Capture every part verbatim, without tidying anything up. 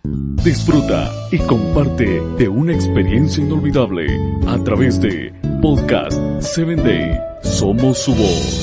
Disfruta y comparte de una experiencia inolvidable a través de Podcast siete Day. Somos su voz.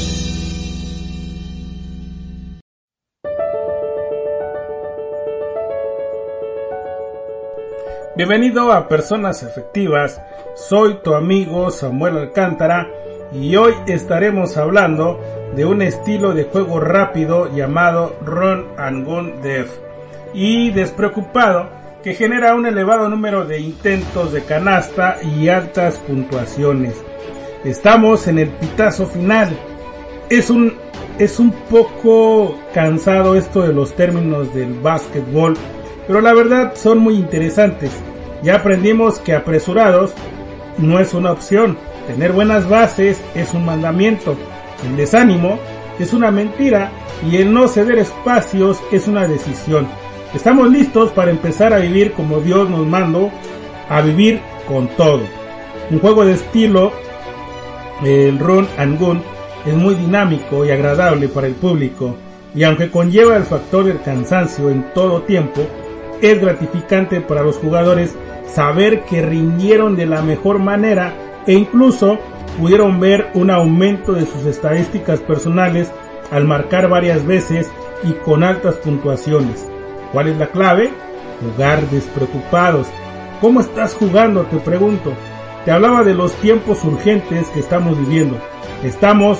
Bienvenido a Personas Efectivas. Soy tu amigo Samuel Alcántara y hoy estaremos hablando de un estilo de juego rápido llamado Run and Gun Dev y despreocupado que genera un elevado número de intentos de canasta y altas puntuaciones. Estamos en el pitazo final. Es un, es un poco cansado esto de los términos del básquetbol, pero la verdad son muy interesantes. Ya aprendimos que apresurados no es una opción. Tener buenas bases es un mandamiento. El desánimo es una mentira y el no ceder espacios es una decisión. Estamos listos para empezar a vivir como Dios nos mandó a vivir, con todo. Un juego de estilo, el Run and Gun, es muy dinámico y agradable para el público, y aunque conlleva el factor del cansancio en todo tiempo, es gratificante para los jugadores saber que rindieron de la mejor manera e incluso pudieron ver un aumento de sus estadísticas personales al marcar varias veces y con altas puntuaciones. ¿Cuál es la clave? Jugar despreocupados. ¿Cómo estás jugando? Te pregunto. Te hablaba de los tiempos urgentes que estamos viviendo. Estamos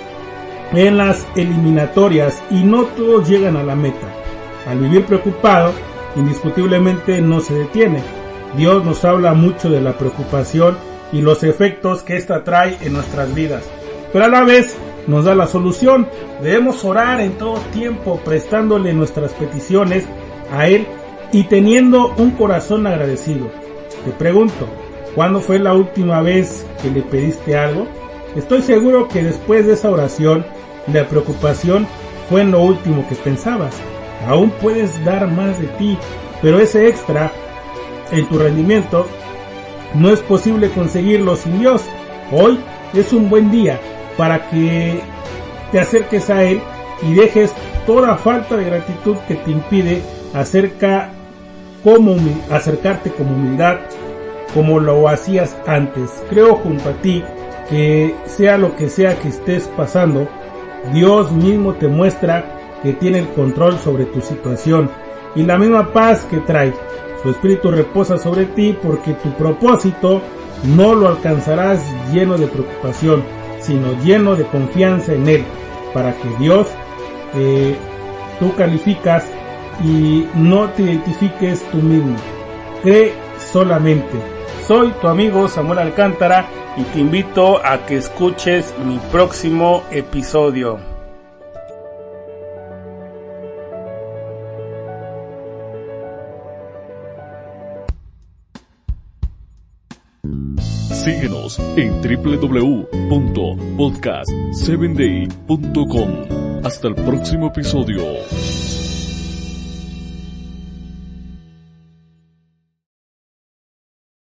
en las eliminatorias y no todos llegan a la meta. Al vivir preocupado, indiscutiblemente no se detiene. Dios nos habla mucho de la preocupación y los efectos que ésta trae en nuestras vidas, pero a la vez nos da la solución. Debemos orar en todo tiempo, prestándole nuestras peticiones a Él y teniendo un corazón agradecido. Te pregunto, ¿cuándo fue la última vez que le pediste algo? Estoy seguro que después de esa oración, la preocupación fue en lo último que pensabas. Aún puedes dar más de ti, pero ese extra en tu rendimiento no es posible conseguirlo sin Dios. Hoy es un buen día para que te acerques a Él y dejes toda falta de gratitud que te impide acerca como, acercarte con humildad como lo hacías antes. Creo junto a ti que sea lo que sea que estés pasando, Dios mismo te muestra que tiene el control sobre tu situación y la misma paz que trae. Su espíritu reposa sobre ti porque tu propósito no lo alcanzarás lleno de preocupación, sino lleno de confianza en Él, para que Dios, eh, tú calificas y no te identifiques tú mismo. Cree solamente. Soy tu amigo Samuel Alcántara y te invito a que escuches mi próximo episodio. Síguenos en doble u doble u doble u punto podcast siete day punto com. Hasta el próximo episodio.